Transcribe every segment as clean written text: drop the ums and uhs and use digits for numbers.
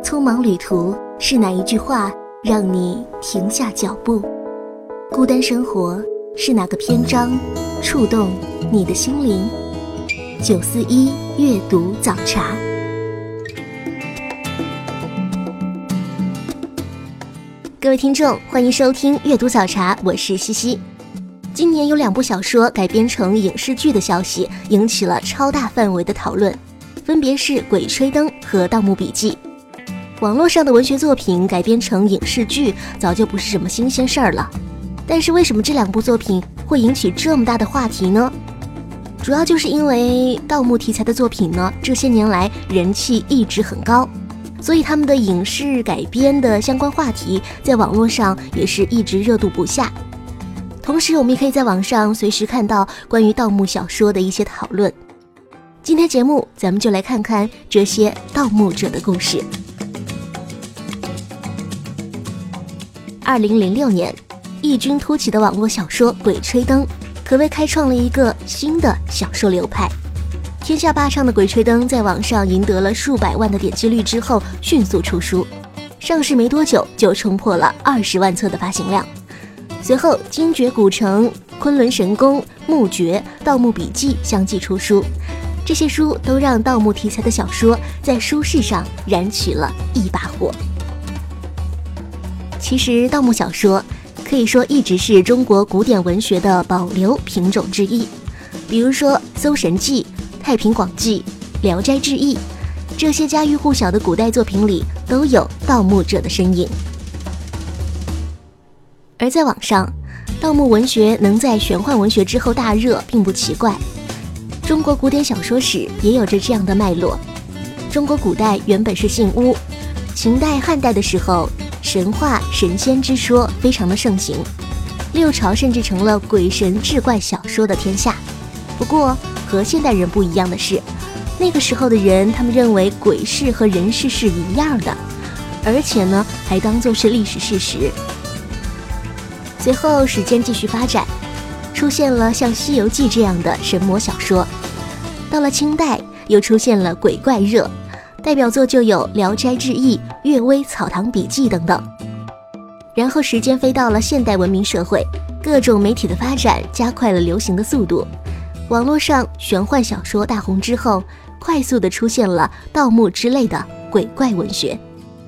匆忙旅途，是哪一句话让你停下脚步？孤单生活，是哪个篇章触动你的心灵？941阅读早茶。各位听众，欢迎收听阅读早茶，我是西西。今年有2部小说改编成影视剧的消息引起了超大范围的讨论，分别是《鬼吹灯》和《盗墓笔记》。网络上的文学作品改编成影视剧早就不是什么新鲜事儿了，但是为什么这2部作品会引起这么大的话题呢？主要就是因为盗墓题材的作品呢，这些年来人气一直很高，所以他们的影视改编的相关话题在网络上也是一直热度不下。同时我们也可以在网上随时看到关于盗墓小说的一些讨论。今天节目咱们就来看看这些盗墓者的故事。2006年，异军突起的网络小说《鬼吹灯》可谓开创了一个新的小说流派。天下霸唱的《鬼吹灯》在网上赢得了数百万的点击率之后，迅速出书，上市没多久就冲破了20万册的发行量。随后，《精绝古城》、《昆仑神宫》、《墓诀》、《盗墓笔记》相继出书，这些书都让盗墓题材的小说在书市上燃起了一把火。其实盗墓小说可以说一直是中国古典文学的保留品种之一，比如说《搜神记》、《太平广记》、《聊斋志异》，这些家喻户晓的古代作品里都有盗墓者的身影。而在网上，盗墓文学能在玄幻文学之后大热并不奇怪，中国古典小说史也有着这样的脉络。中国古代原本是信巫，秦代汉代的时候，神话神仙之说非常的盛行，6朝甚至成了鬼神志怪小说的天下。不过和现代人不一样的是，那个时候的人他们认为鬼市和人市是一样的，而且呢还当作是历史事实。随后时间继续发展，出现了像《西游记》这样的神魔小说，到了清代又出现了鬼怪热，代表作就有《聊斋志异》、《阅微草堂笔记》等等。然后时间飞到了现代文明社会，各种媒体的发展加快了流行的速度，网络上玄幻小说大红之后，快速地出现了盗墓之类的鬼怪文学。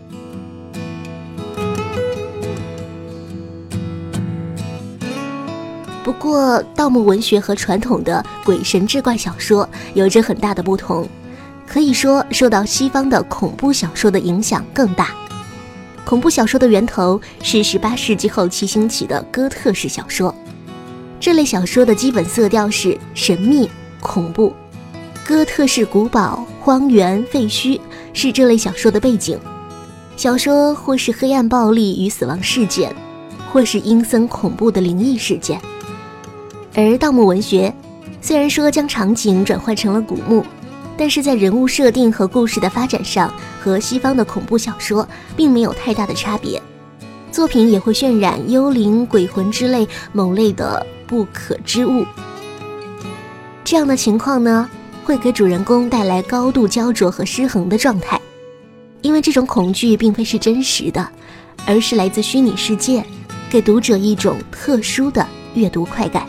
不过盗墓文学和传统的鬼神志怪小说有着很大的不同，可以说受到西方的恐怖小说的影响更大。恐怖小说的源头是18世纪后期兴起的哥特式小说，这类小说的基本色调是神秘恐怖，哥特式古堡、荒原、废墟是这类小说的背景。小说或是黑暗暴力与死亡事件，或是阴森恐怖的灵异事件。而盗墓文学虽然说将场景转换成了古墓，但是在人物设定和故事的发展上和西方的恐怖小说并没有太大的差别，作品也会渲染幽灵、鬼魂之类某类的不可知物。这样的情况呢，会给主人公带来高度焦灼和失衡的状态，因为这种恐惧并非是真实的，而是来自虚拟世界，给读者一种特殊的阅读快感。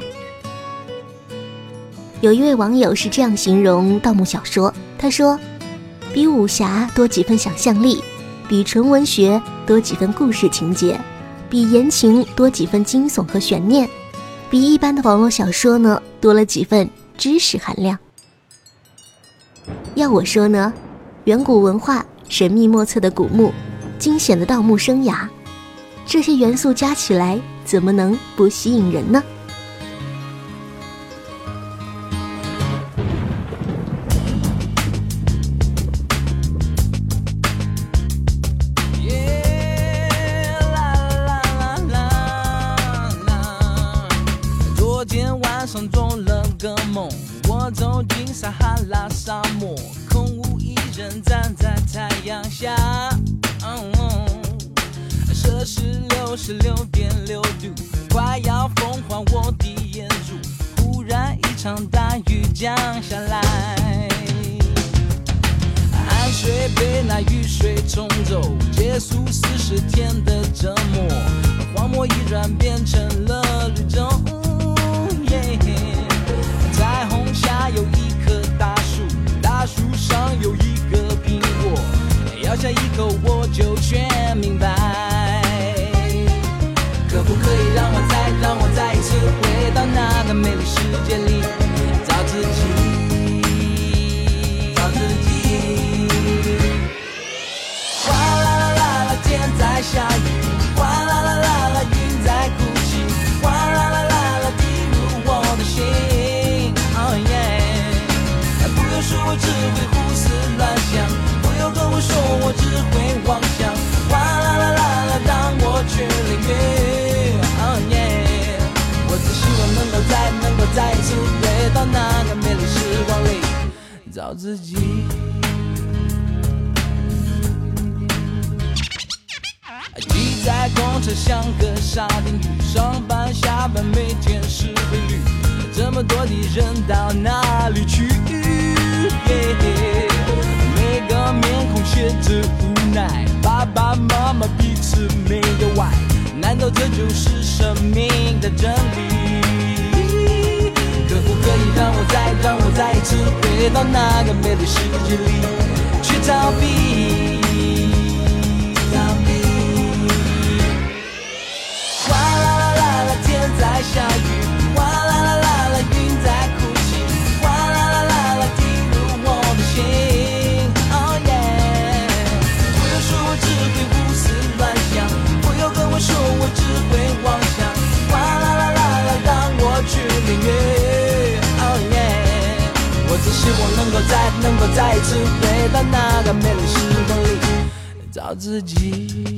有一位网友是这样形容盗墓小说，他说，比武侠多几分想象力，比纯文学多几分故事情节，比言情多几分惊悚和悬念，比一般的网络小说呢多了几分知识含量。要我说呢，远古文化、神秘莫测的古墓、惊险的盗墓生涯，这些元素加起来怎么能不吸引人呢？ 做了个梦，我走进撒哈拉沙漠，空无一人站在太阳下，摄氏66.6度，快要风化我的眼珠。忽然一场大雨降下来，汗水被那雨水冲走， 束40天的折磨，荒漠已然变成了绿洲。彩虹下有一棵大树，大树上有一个苹果，咬下一口我就全明白。可不可以让我再一次回到那个美丽世界里，找自己，找自己。哗啦啦啦啦，天在下雨，哗啦啦啦啦，云在哭泣，哗啦啦啦啦，滴入我的心。Oh yeah， 不用说我只会胡思乱想，不用跟我说我只会妄想，哗啦啦啦啦，让我去领略。Oh yeah， 我只希望能够再一次回到那个美丽时光里，找自己。挤在公车像个沙丁鱼，上班下班每天是规律，这么多的人到哪里去？每个面孔写着无奈，爸爸妈妈彼此没有爱，难道这就是生命的真理？可不可以让我再一次回到那个美丽世界里，去逃避？哗啦啦啦啦，天在下雨，哗啦啦啦啦，云在哭泣，哗啦啦啦啦，滴入我的心。Oh yeah， 不要说我只会胡思乱想，不要跟我说我只会妄想，哗啦啦啦啦，让我去领略。Oh yeah， 我只希望能够再一次回到那个美丽时光里，找自己。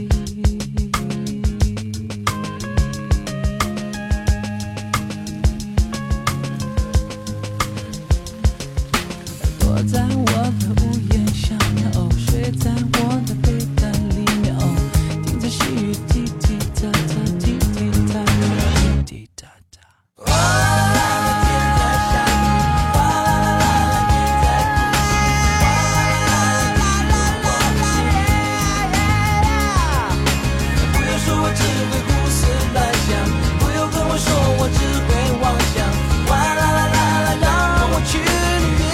躲在我的屋檐下面，哦，睡在我的被单里面，哦，听着细雨滴滴答答，滴滴答答，滴滴答答。哗啦啦啦，天在下雨，哗啦啦啦啦，云在哭泣，哗啦啦啦啦，滴入我的心。不要说我只会胡思乱想，不要跟我说我只会妄想，哗啦啦啦啦，让我去领略。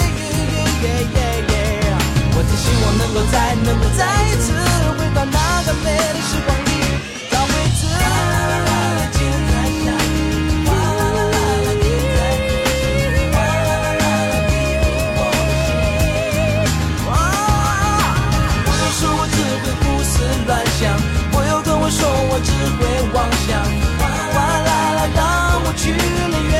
我只希望能够再一次回到那个美丽时光里，找回自己。天在下雨，哗啦啦啦啦，云在哭泣，哗啦啦啦啦，滴入我的心。不要说我只会胡思乱想，不要跟我说我只会妄想，哗啦啦，让我去领略。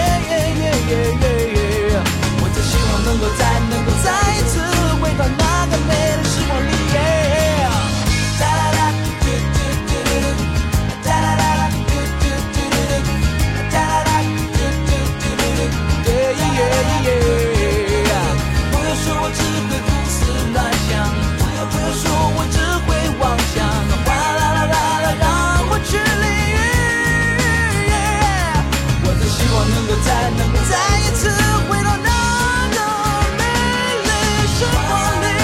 我只希望能够再一次回到那个美丽时光里。哒啦啦，嘟嘟嘟嘟，哒啦啦，嘟嘟嘟嘟，哒啦啦，嘟嘟嘟嘟，不要说我只会胡思乱想，不要说我只会妄想，哗啦啦啦啦，让我去领略。我只希望能够再一次回到那个美丽时光里。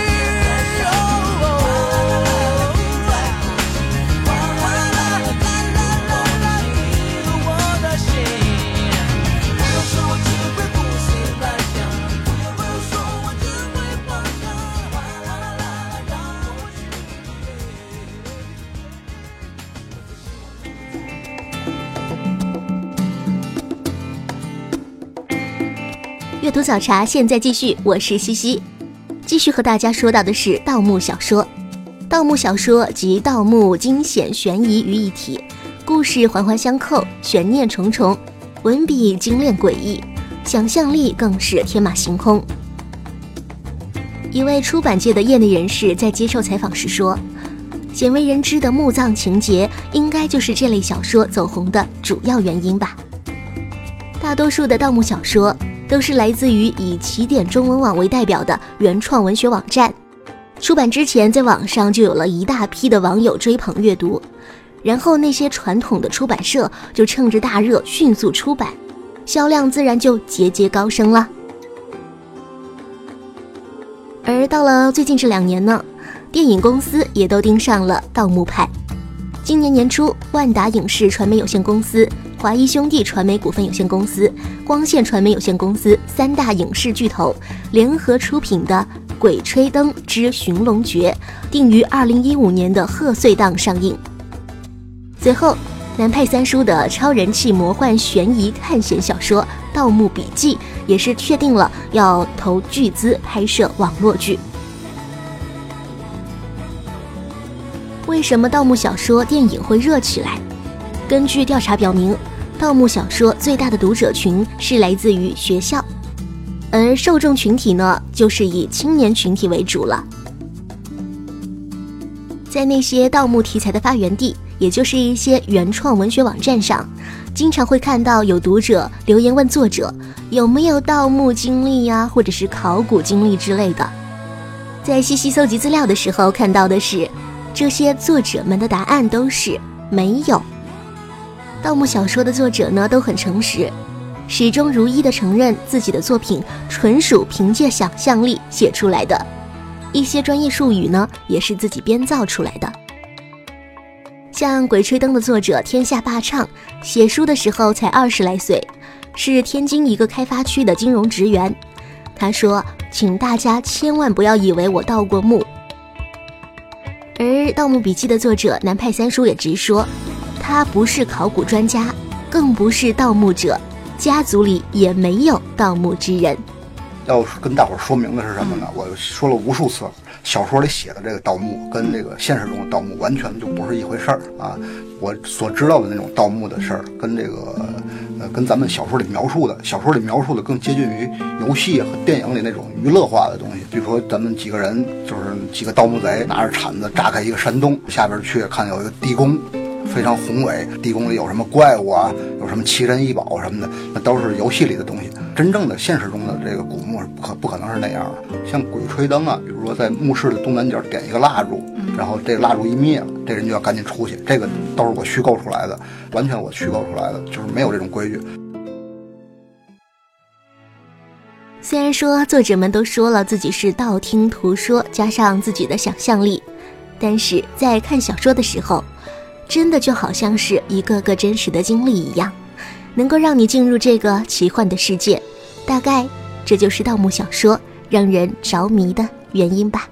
阅读早茶现在继续，我是西西，继续和大家说到的是盗墓小说。盗墓小说集盗墓、惊险、悬疑于一体，故事环环相扣，悬念重重，文笔精炼诡异，想象力更是天马行空。一位出版界的业内人士在接受采访时说，鲜为人知的墓葬情节应该就是这类小说走红的主要原因吧。大多数的盗墓小说都是来自于以起点中文网为代表的原创文学网站，出版之前在网上就有了一大批的网友追捧阅读，然后那些传统的出版社就趁着大热迅速出版，销量自然就节节高升了。而到了最近这2年呢， 电影公司也都盯上了盗墓派。今年年初，万达影视传媒有限公司、华谊兄弟传媒股份有限公司、光线传媒有限公司3大影视巨头联合出品的《鬼吹灯之寻龙诀》定于2015年的贺岁档上映。随后，南派三叔的超人气魔幻悬疑探险小说《盗墓笔记》也是确定了要投巨资拍摄网络剧。为什么盗墓小说电影会热起来？根据调查表明，盗墓小说最大的读者群是来自于学校，而受众群体呢，就是以青年群体为主了。在那些盗墓题材的发源地，也就是一些原创文学网站上，经常会看到有读者留言问作者有没有盗墓经历呀，或者是考古经历之类的。在细细搜集资料的时候，看到的是这些作者们的答案都是没有。盗墓小说的作者呢都很诚实，始终如一地承认自己的作品纯属凭借想象力写出来的，一些专业术语呢也是自己编造出来的。像《鬼吹灯》的作者天下霸唱，写书的时候才20来岁，是天津一个开发区的金融职员。他说：“请大家千万不要以为我盗过墓。”而《盗墓笔记》的作者南派三叔也直说，他不是考古专家，更不是盗墓者，家族里也没有盗墓之人。 要跟大伙儿说明的是什么呢？我说了无数次，小说里写的这个盗墓跟这个现实中的盗墓完全就不是一回事儿啊！我所知道的那种盗墓的事儿，跟这个跟咱们小说里描述的更接近于游戏和电影里那种娱乐化的东西。比如说咱们几个人就是几个盗墓贼拿着铲子炸开一个山洞，下边去看有一个地宫，非常宏伟，地宫里有什么怪物啊，有什么奇珍异宝什么的，那都是游戏里的东西。真正的现实中的这个古墓是不可能是那样的。像鬼吹灯啊，比如说在墓室的东南角点一个蜡烛，然后这个蜡烛一灭了，这人就要赶紧出去，这个都是我虚构出来的，完全我虚构出来的，就是没有这种规矩。 虽然说作者们都说了自己是道听途说加上自己的想象力，但是在看小说的时候，真的就好像是一个个真实的经历一样，能够让你进入这个奇幻的世界。大概这就是盗墓小说让人着迷的原因吧。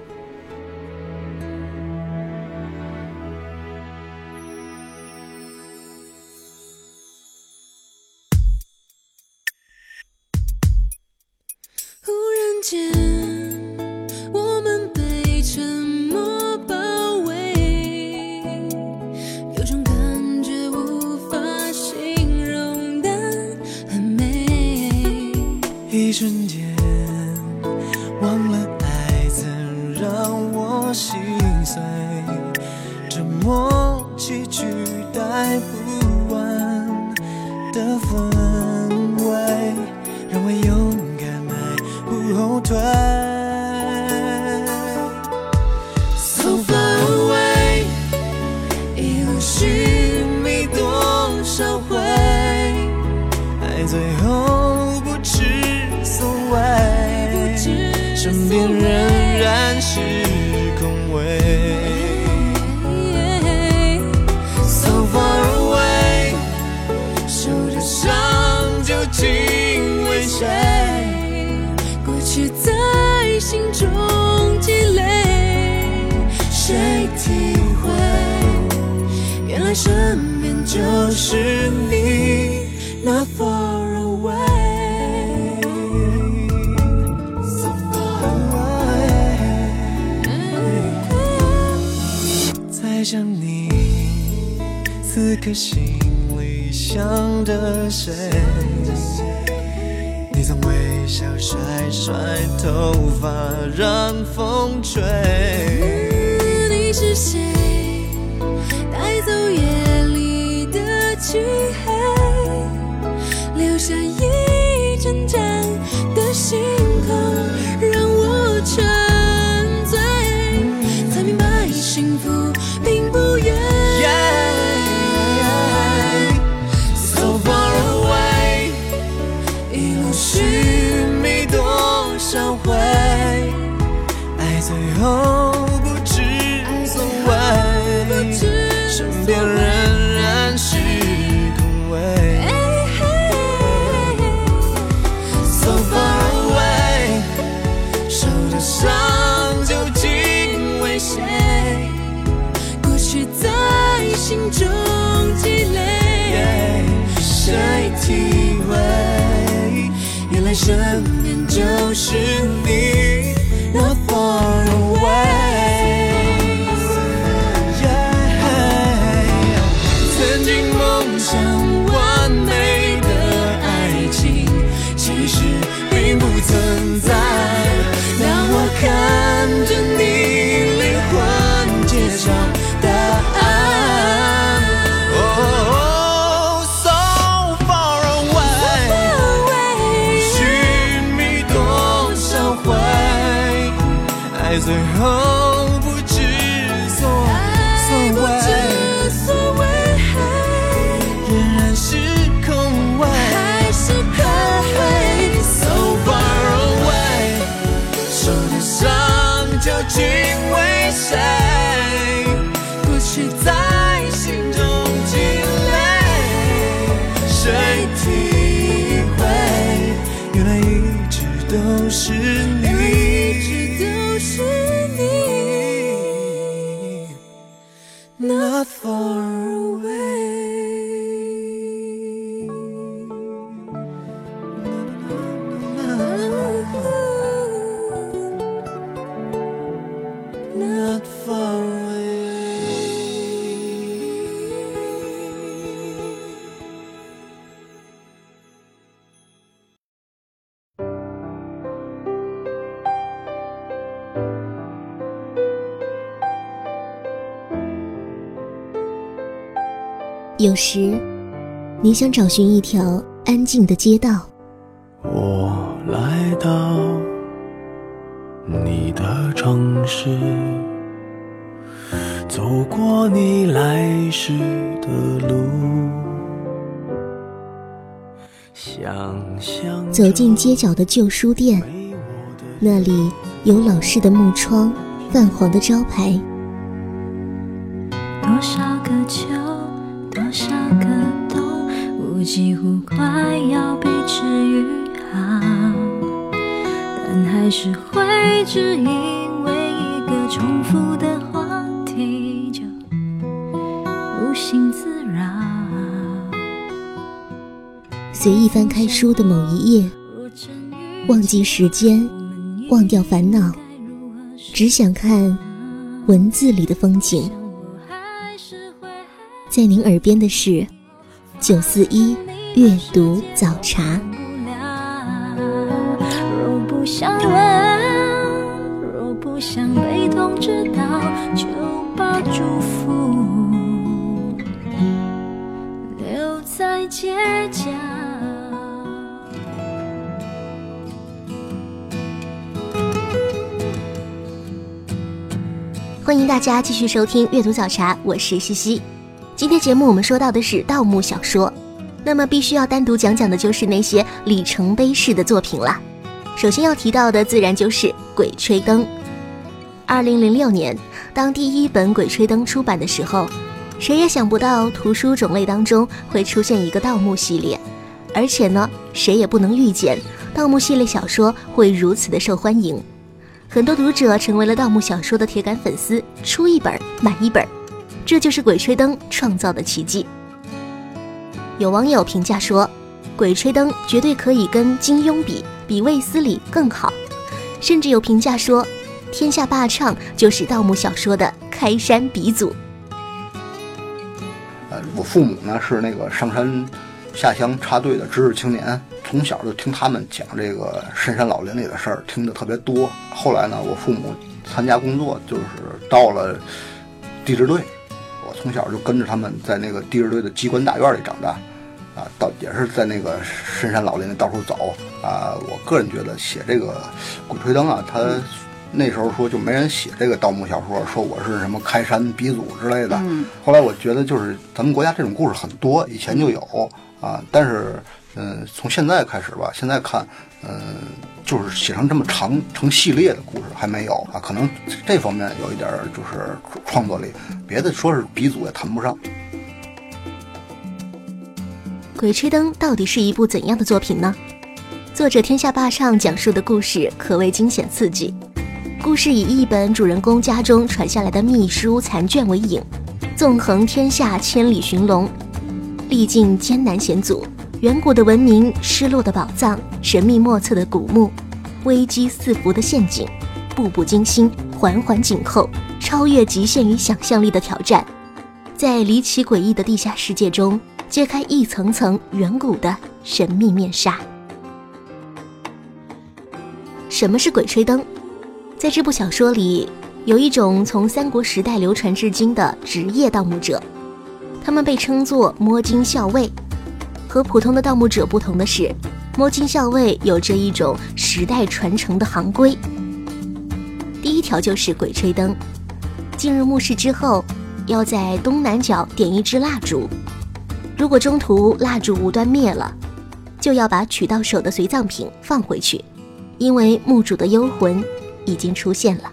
忽然间，我们被沉默包围，有种感觉无法形容的很美。一瞬间，忘了爱曾让我心碎，这默契取代不完的氛围，让我勇敢迈不后退。So far away， 一路寻觅多少回，爱最后不知所谓，身边仍然是空位。So far away， 受着伤究竟为谁？过去在心中积累，谁体会？原来身边就是你，那 far away。So far away， 在想你，此刻心里想的谁？你总微笑甩甩头发让风吹。你是谁？带走夜里的漆黑，留下一阵阵的星空，让我沉醉，才明白幸福并不远。So far away， 一路寻觅多少回，爱最后不心中积累，谁体会？原来身边就是你 ，Not far away。曾经梦想完美的爱情，其实并不存在。当我看着你灵魂介绍答案 ，Oh so far away， 寻觅多少回，爱最后不知所谓，仍然是空位，还是空位 ，So far away， 受的伤究竟为谁？过去在心中积累，谁体会？原来一直都是你，Not far away。Not far away。 有时，你想找寻一条安静的街道， 我来到你的城市，走过你来时的路，想象走进街角的旧书店，那里有老式的木窗，泛黄的招牌。 多少个秋，多少个冬，我几乎快要被治愈好，但还是会只因为一个重复的话题就无心自扰。 随意翻开书的某一页，忘记时间，忘掉烦恼，只想看文字里的风景。在您耳边的是941阅读早茶。 若不想问，若不想被通知到，就把祝福留在街角。 欢迎大家继续收听阅读早茶，我是西西。今天节目我们说到的是盗墓小说，那么必须要单独讲讲的就是那些里程碑式的作品了。首先要提到的自然就是《鬼吹灯》。2006年，当第一本《鬼吹灯》出版的时候，谁也想不到图书种类当中会出现一个盗墓系列，而且呢，谁也不能预见盗墓系列小说会如此的受欢迎。很多读者成为了盗墓小说的铁杆粉丝，出一本买一本，这就是《鬼吹灯》创造的奇迹。有网友评价说，《鬼吹灯》绝对可以跟金庸比卫斯理更好，甚至有评价说，天下霸唱就是盗墓小说的开山鼻祖。 我父母呢是那个上山下乡插队的知识青年，从小就听他们讲这个深山老林里的事儿，听得特别多。后来呢，我父母参加工作，就是到了地质队，我从小就跟着他们在那个地质队的机关大院里长大，也是在那个深山老林里到处走啊。我个人觉得写这个《鬼吹灯》啊，他那时候说就没人写这个盗墓小说，说我是什么开山鼻祖之类的。后来我觉得就是咱们国家这种故事很多，以前就有啊，但是从现在开始吧，现在看就是写成这么成系列的故事还没有啊，可能这方面有一点就是创作力，别的说是鼻祖也谈不上。 《鬼吹灯》到底是一部怎样的作品呢？作者天下霸唱讲述的故事可谓惊险刺激。故事以一本主人公家中传下来的秘书残卷为引， 纵横天下千里寻龙，历尽艰难险阻，远古的文明，失落的宝藏，神秘莫测的古墓，危机四伏的陷阱，步步惊心，环环紧扣，超越极限与想象力的挑战，在离奇诡异的地下世界中揭开一层层远古的神秘面纱。什么是鬼吹灯？在这部小说里，有一种从三国时代流传至今的职业盗墓者，他们被称作摸金校尉。和普通的盗墓者不同的是，摸金校尉有着一种时代传承的行规。第一条就是鬼吹灯，进入墓室之后，要在东南角点一支蜡烛，如果中途蜡烛无端灭了，就要把取到手的随葬品放回去，因为墓主的幽魂已经出现了。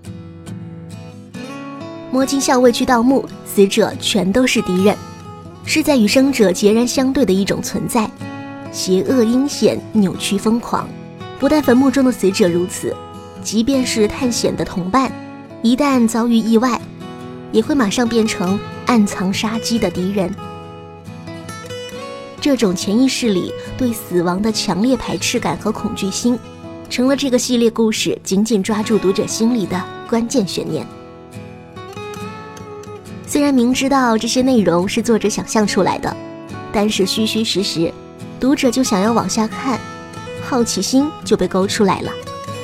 摸金校尉去盗墓，死者全都是敌人，是在与生者截然相对的一种存在，邪恶阴险，扭曲疯狂。不但坟墓中的死者如此，即便是探险的同伴，一旦遭遇意外，也会马上变成暗藏杀机的敌人。这种潜意识里对死亡的强烈排斥感和恐惧心，成了这个系列故事紧紧抓住读者心里的关键悬念。虽然明知道这些内容是作者想象出来的，但是虚虚实实，读者就想要往下看，好奇心就被勾出来了。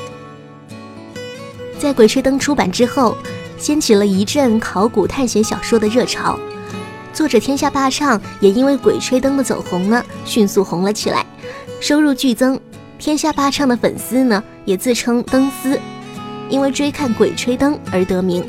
在《鬼吹灯》出版之后，掀起了一阵考古探险小说的热潮，作者天下霸唱也因为《鬼吹灯》的走红呢，迅速红了起来，收入剧增。天下霸唱的粉丝呢，也自称灯丝，因为追看《鬼吹灯》而得名。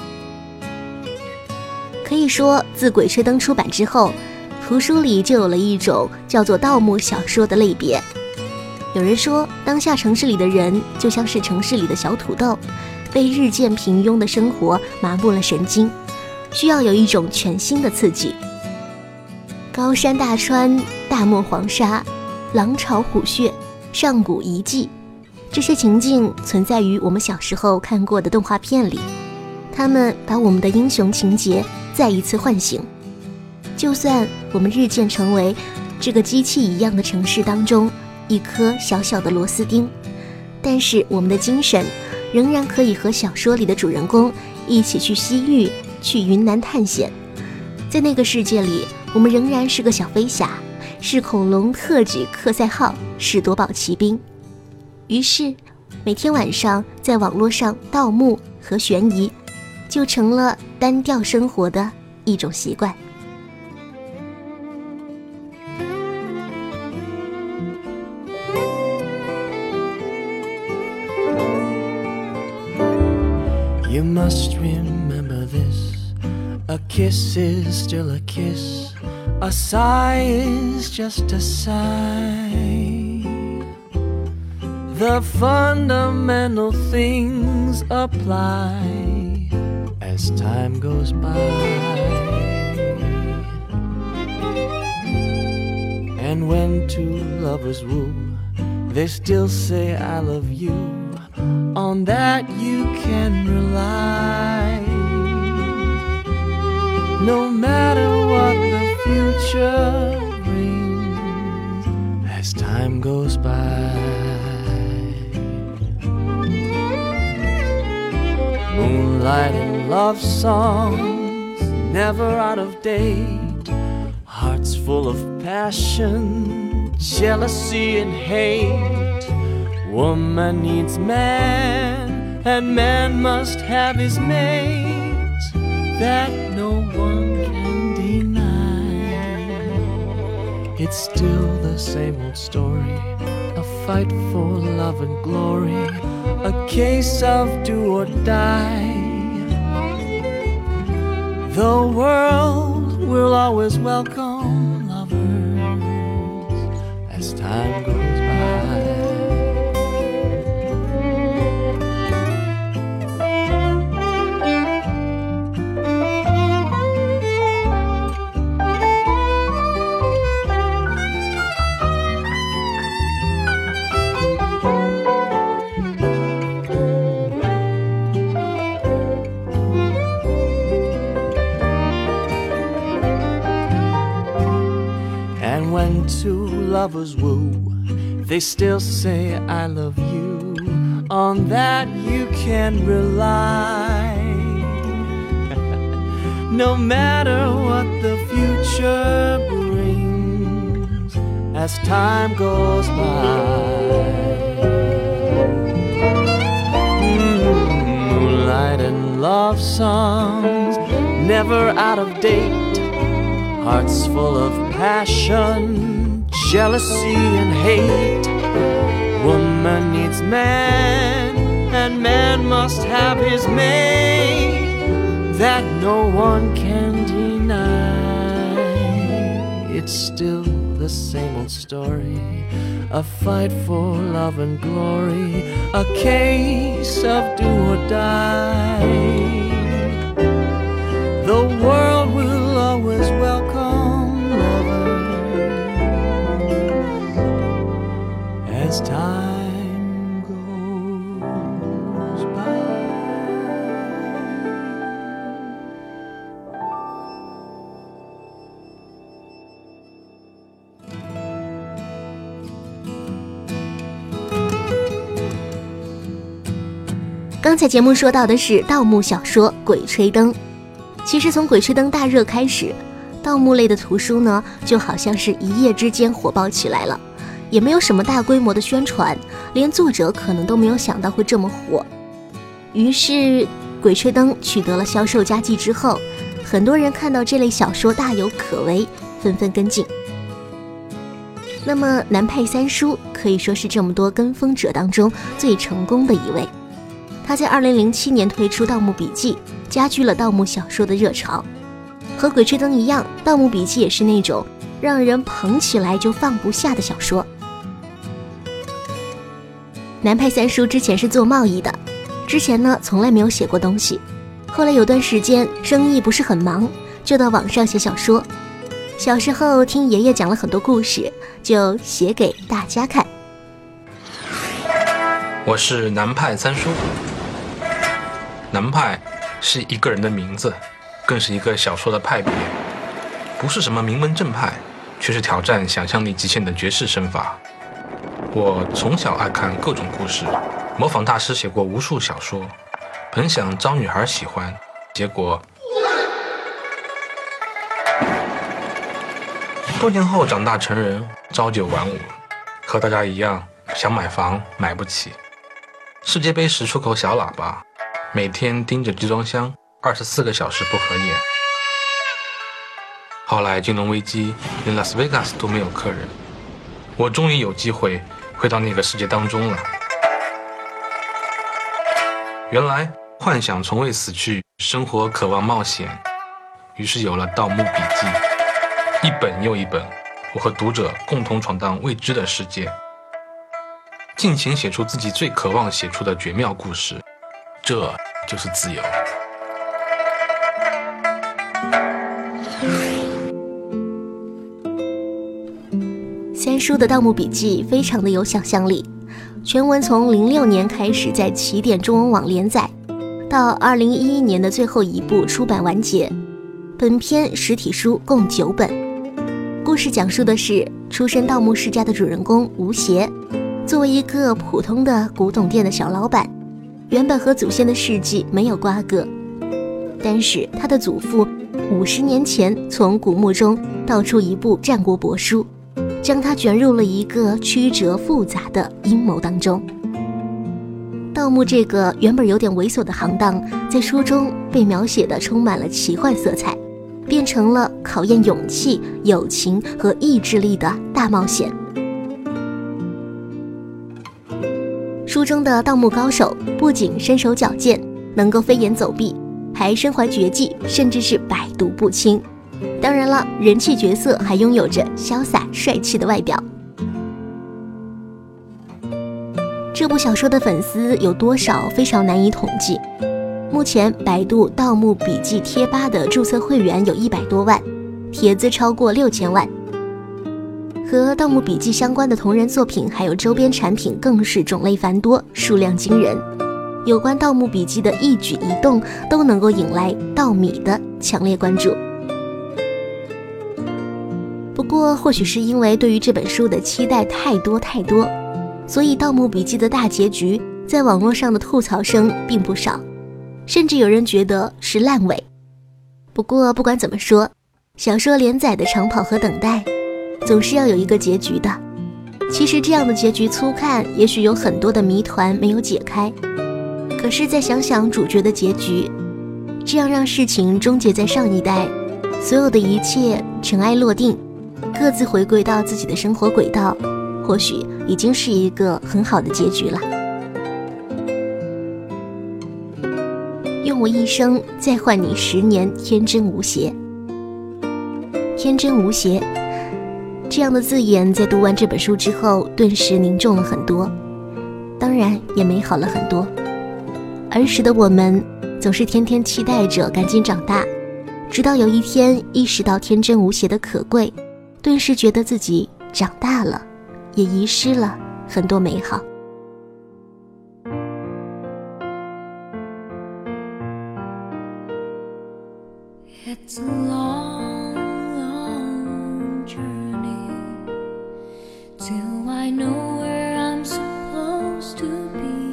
可以说，自《鬼吹灯》出版之后，图书里就有了一种叫做盗墓小说的类别。有人说，当下城市里的人就像是城市里的小土豆，被日渐平庸的生活麻木了神经，需要有一种全新的刺激。高山大川，大漠黄沙，狼巢虎穴，上古遗迹，这些情境存在于我们小时候看过的动画片里，他们把我们的英雄情节再一次唤醒。就算我们日渐成为这个机器一样的城市当中一颗小小的螺丝钉，但是我们的精神仍然可以和小说里的主人公一起去西域，去云南探险。在那个世界里，我们仍然是个小飞侠，是恐龙特级克赛号，是夺宝奇兵。于是每天晚上在网络上盗墓和悬疑，就成了单调生活的一种习惯。 You must remember this. A kiss is still a kiss. A sigh is just a sigh. The fundamental things apply as time goes by. And when two lovers woo, they still say I love you. On that you can rely. No matter what the future brings as time goes by. Moonlight and love songs, never out of date. Hearts full of passion, jealousy and hate. Woman needs man, and man must have his mate. That no one can deny. It's still the same old story, a fight for love and glory, a case of do or die. The world will always welcome lovers as time goes by. two lovers woo, they still say I love you. On that you can rely. No matter what the future brings as time goes by. Moonlight and love songs, never out of date. Hearts full of passion, jealousy and hate. Woman needs man, and man must have his mate. That no one can deny. It's still the same old story, a fight for love and glory, a case of do or die. The world will always welcome lovers as time goes by. 刚才节目说到的是盗墓小说《鬼吹灯》。其实从《鬼吹灯》大热开始，盗墓类的图书呢，就好像是一夜之间火爆起来了，也没有什么大规模的宣传，连作者可能都没有想到会这么火。于是《鬼吹灯》取得了销售佳绩之后，很多人看到这类小说大有可为，纷纷跟进。那么南派三叔可以说是这么多跟风者当中最成功的一位。他在2007年推出《盗墓笔记》，加剧了盗墓小说的热潮。和《鬼吹灯》一样，《盗墓笔记》也是那种让人捧起来就放不下的小说。南派三叔之前是做贸易的，之前呢从来没有写过东西，后来有段时间生意不是很忙，就到网上写小说。小时候听爷爷讲了很多故事，就写给大家看。 我是南派三叔。南派是一个人的名字，更是一个小说的派别，不是什么名门正派，却是挑战想象力极限的绝世身法。我从小爱看各种故事，模仿大师写过无数小说，本想招女孩喜欢，结果多年后长大成人，朝九晚五，和大家一样，想买房买不起。世界杯时出口小喇叭，每天盯着集装箱24个小时不合眼。后来金融危机，连拉斯维加斯都没有客人，我终于有机会回到那个世界当中了。原来幻想从未死去，生活渴望冒险，于是有了《盗墓笔记》，一本又一本，我和读者共同闯荡未知的世界，尽情写出自己最渴望写出的绝妙故事，这就是自由。 三叔的《盗墓笔记》非常的有想象力，全文从06年开始在起点中文网连载，到2011年的最后一部出版完结。本篇实体书共9本。故事讲述的是出身盗墓世家的主人公吴邪，作为一个普通的古董店的小老板，原本和祖先的事迹没有瓜葛，但是他的祖父50年前从古墓中盗出一部战国帛书，将他卷入了一个曲折复杂的阴谋当中。盗墓这个原本有点猥琐的行当，在书中被描写的充满了奇幻色彩，变成了考验勇气、友情和意志力的大冒险。书中的盗墓高手不仅身手矫健，能够飞檐走壁，还身怀绝技，甚至是百毒不侵。当然了，人气角色还拥有着潇洒帅气的外表。这部小说的粉丝有多少非常难以统计，目前百度《盗墓笔记》贴吧的注册会员有100多万，帖子超过6000万。和《盗墓笔记》相关的同人作品还有周边产品更是种类繁多，数量惊人。有关《盗墓笔记》的一举一动都能够引来盗迷的强烈关注。不过或许是因为对于这本书的期待太多，所以《盗墓笔记》的大结局在网络上的吐槽声并不少，甚至有人觉得是烂尾。不过不管怎么说，小说连载的长跑和等待总是要有一个结局的。其实这样的结局粗看也许有很多的谜团没有解开，可是再想想主角的结局，这样让事情终结在上一代，所有的一切尘埃落定，各自回归到自己的生活轨道，或许已经是一个很好的结局了。用我一生再换你10年，天真无邪。天真无邪这样的字眼在读完这本书之后顿时凝重了很多，当然也美好了很多。儿时的我们总是天天期待着赶紧长大，直到有一天意识到天真无邪的可贵，顿时觉得自己长大了，也遗失了很多美好。 It's a long, long journey till I know where I'm supposed to be.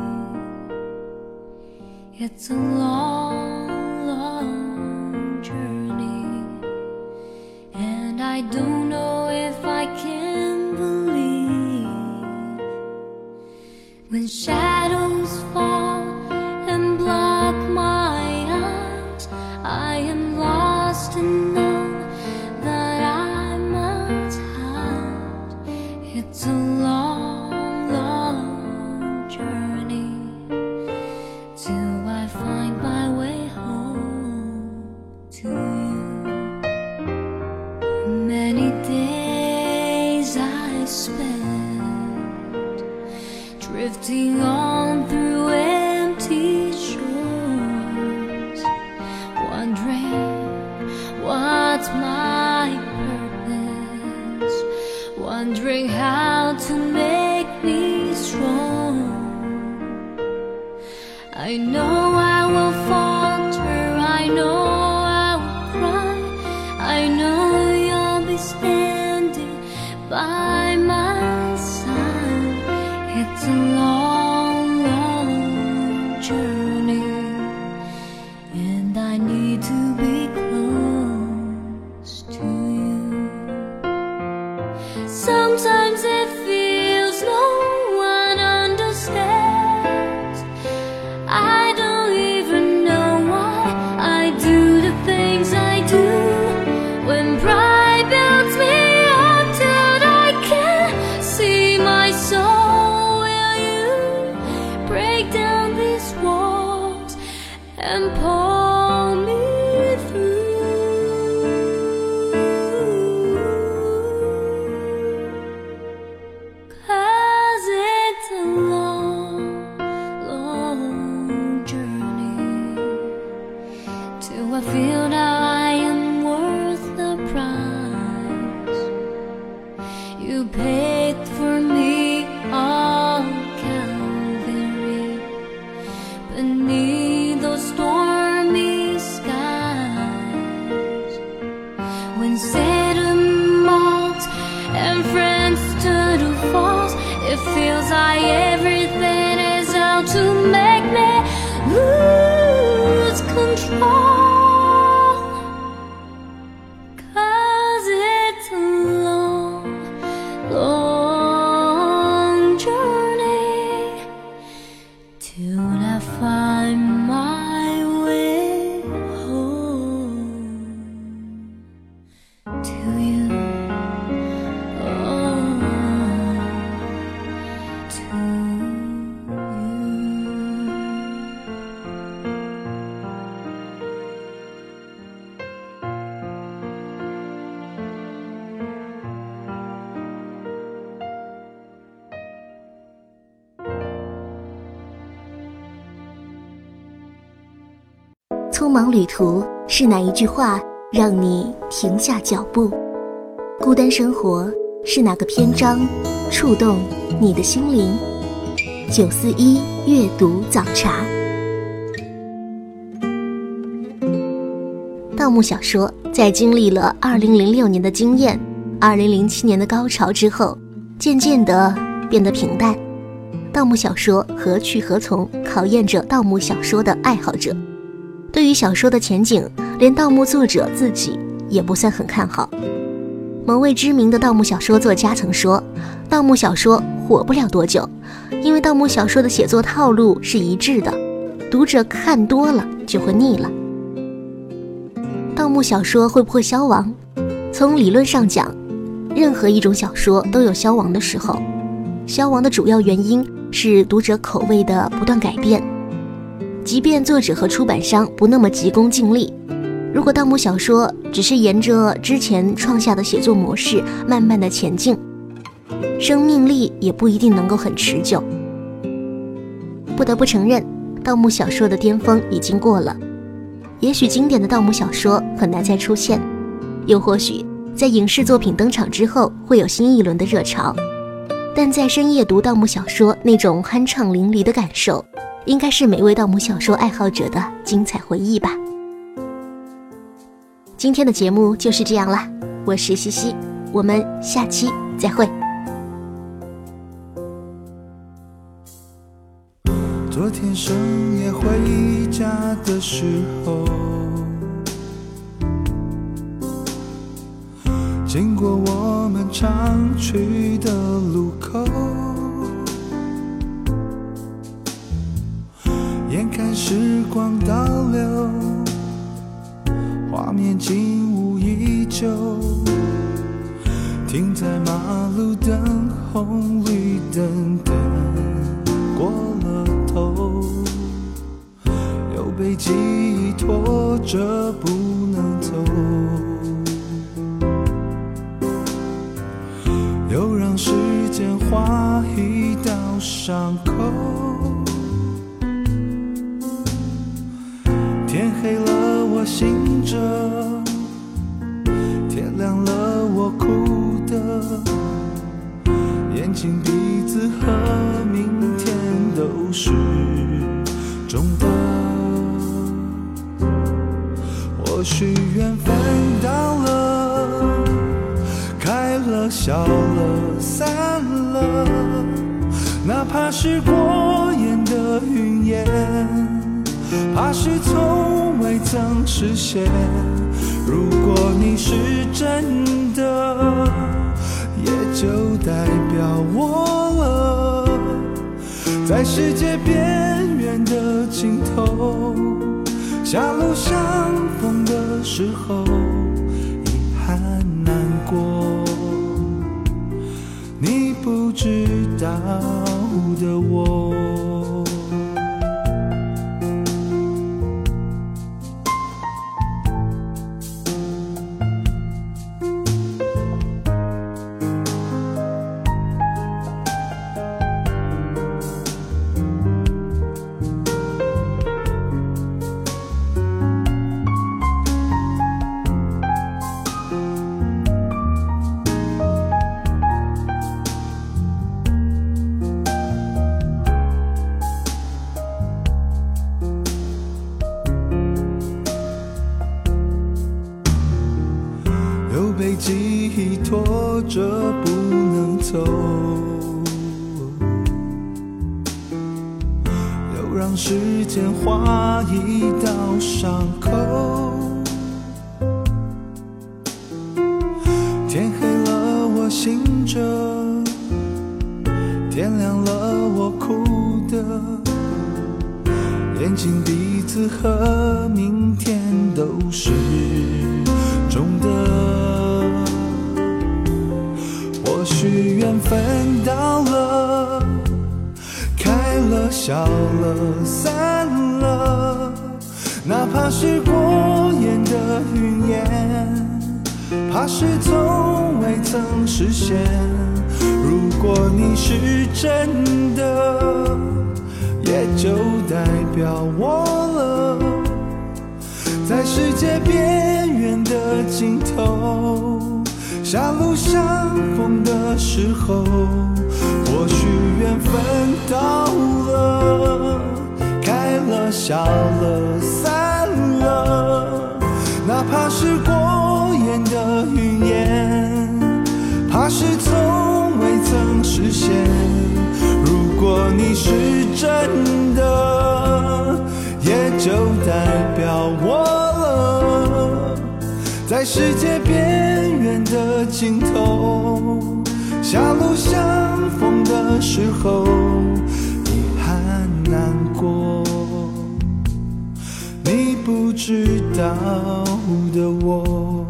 It's a long, long journey, and I don't know if I can believe when shadows fall and block my eyes. I am lost and know that I must hide. It's a long, long journey till I find my way home to you. Many days I spent drifting on through empty shores, wondering what's my purpose, wondering how to make me strong. I know I will falter, I know I will cry, I know you'll be standing by my side. It's a long, long journey, and I need to be close to you. Sometimes it feels no one understands. I don't even know why I do the things I do. When pride builds me up till I can't see my soul, will you break down these walls and pull me through? 'Cause it's a long, long journey till I feel now I am worth the price you paid for me on Calvary. Beneath those stormy skies, when Satan mocked and friends stood false, it feels like everything is out to make me lose control. 'Cause it's a long, long journey till I find my way home to you. Oh, to you. 匆忙旅途是哪一句话让你停下脚步？孤单生活是哪个篇章触动你的心灵？941阅读早茶。盗墓小说在经历了2006年的惊艳 2007年的高潮之后，渐渐地变得平淡。盗墓小说何去何从，考验着盗墓小说的爱好者。对于小说的前景，连盗墓作者自己也不算很看好。某位知名的盗墓小说作家曾说，盗墓小说火不了多久，因为盗墓小说的写作套路是一致的，读者看多了就会腻了。盗墓小说会不会消亡？从理论上讲，任何一种小说都有消亡的时候，消亡的主要原因是读者口味的不断改变。即便作者和出版商不那么急功近利，如果盗墓小说只是沿着之前创下的写作模式慢慢的前进，生命力也不一定能够很持久。不得不承认，盗墓小说的巅峰已经过了，也许经典的盗墓小说很难再出现，又或许在影视作品登场之后会有新一轮的热潮，但在深夜读盗墓小说那种酣畅淋漓的感受，应该是每位盗墓小说爱好者的精彩回忆吧。今天的节目就是这样啦，我是西西，我们下期再会。 昨天深夜回家的时候，经过我们常去的路口，眼看时光倒流，画面景物依旧，停在马路灯红绿灯等过了头，又被记忆拖着不能走，又让时间划一道伤口。天黑了我醒着，天亮了我哭的，眼睛鼻子和明天都是肿的。或许缘分到了，开了笑了散了，哪怕是过眼的云烟，怕是从未曾实现。如果你是真的，也就代表我了，在世界边缘的尽头，狭路相逢的时候，遗憾难过，你不知道的我。被记忆拖着不能走，又让时间划一道伤口。天黑了我醒着，天亮了我哭的，眼睛鼻子和明天都是肿的。或许缘分到了，开了笑了散了，哪怕是过眼的云烟，怕是从未曾实现。如果你是真的，也就代表我了，在世界边缘的尽头，狭路相逢的时候，或许缘分到了，开了笑了散了，哪怕是过眼的云烟， 真的，也就代表我了，在世界边缘的尽头，狭路相逢的时候，遗憾难过，你不知道的我，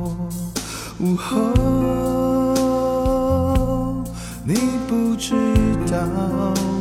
你不知道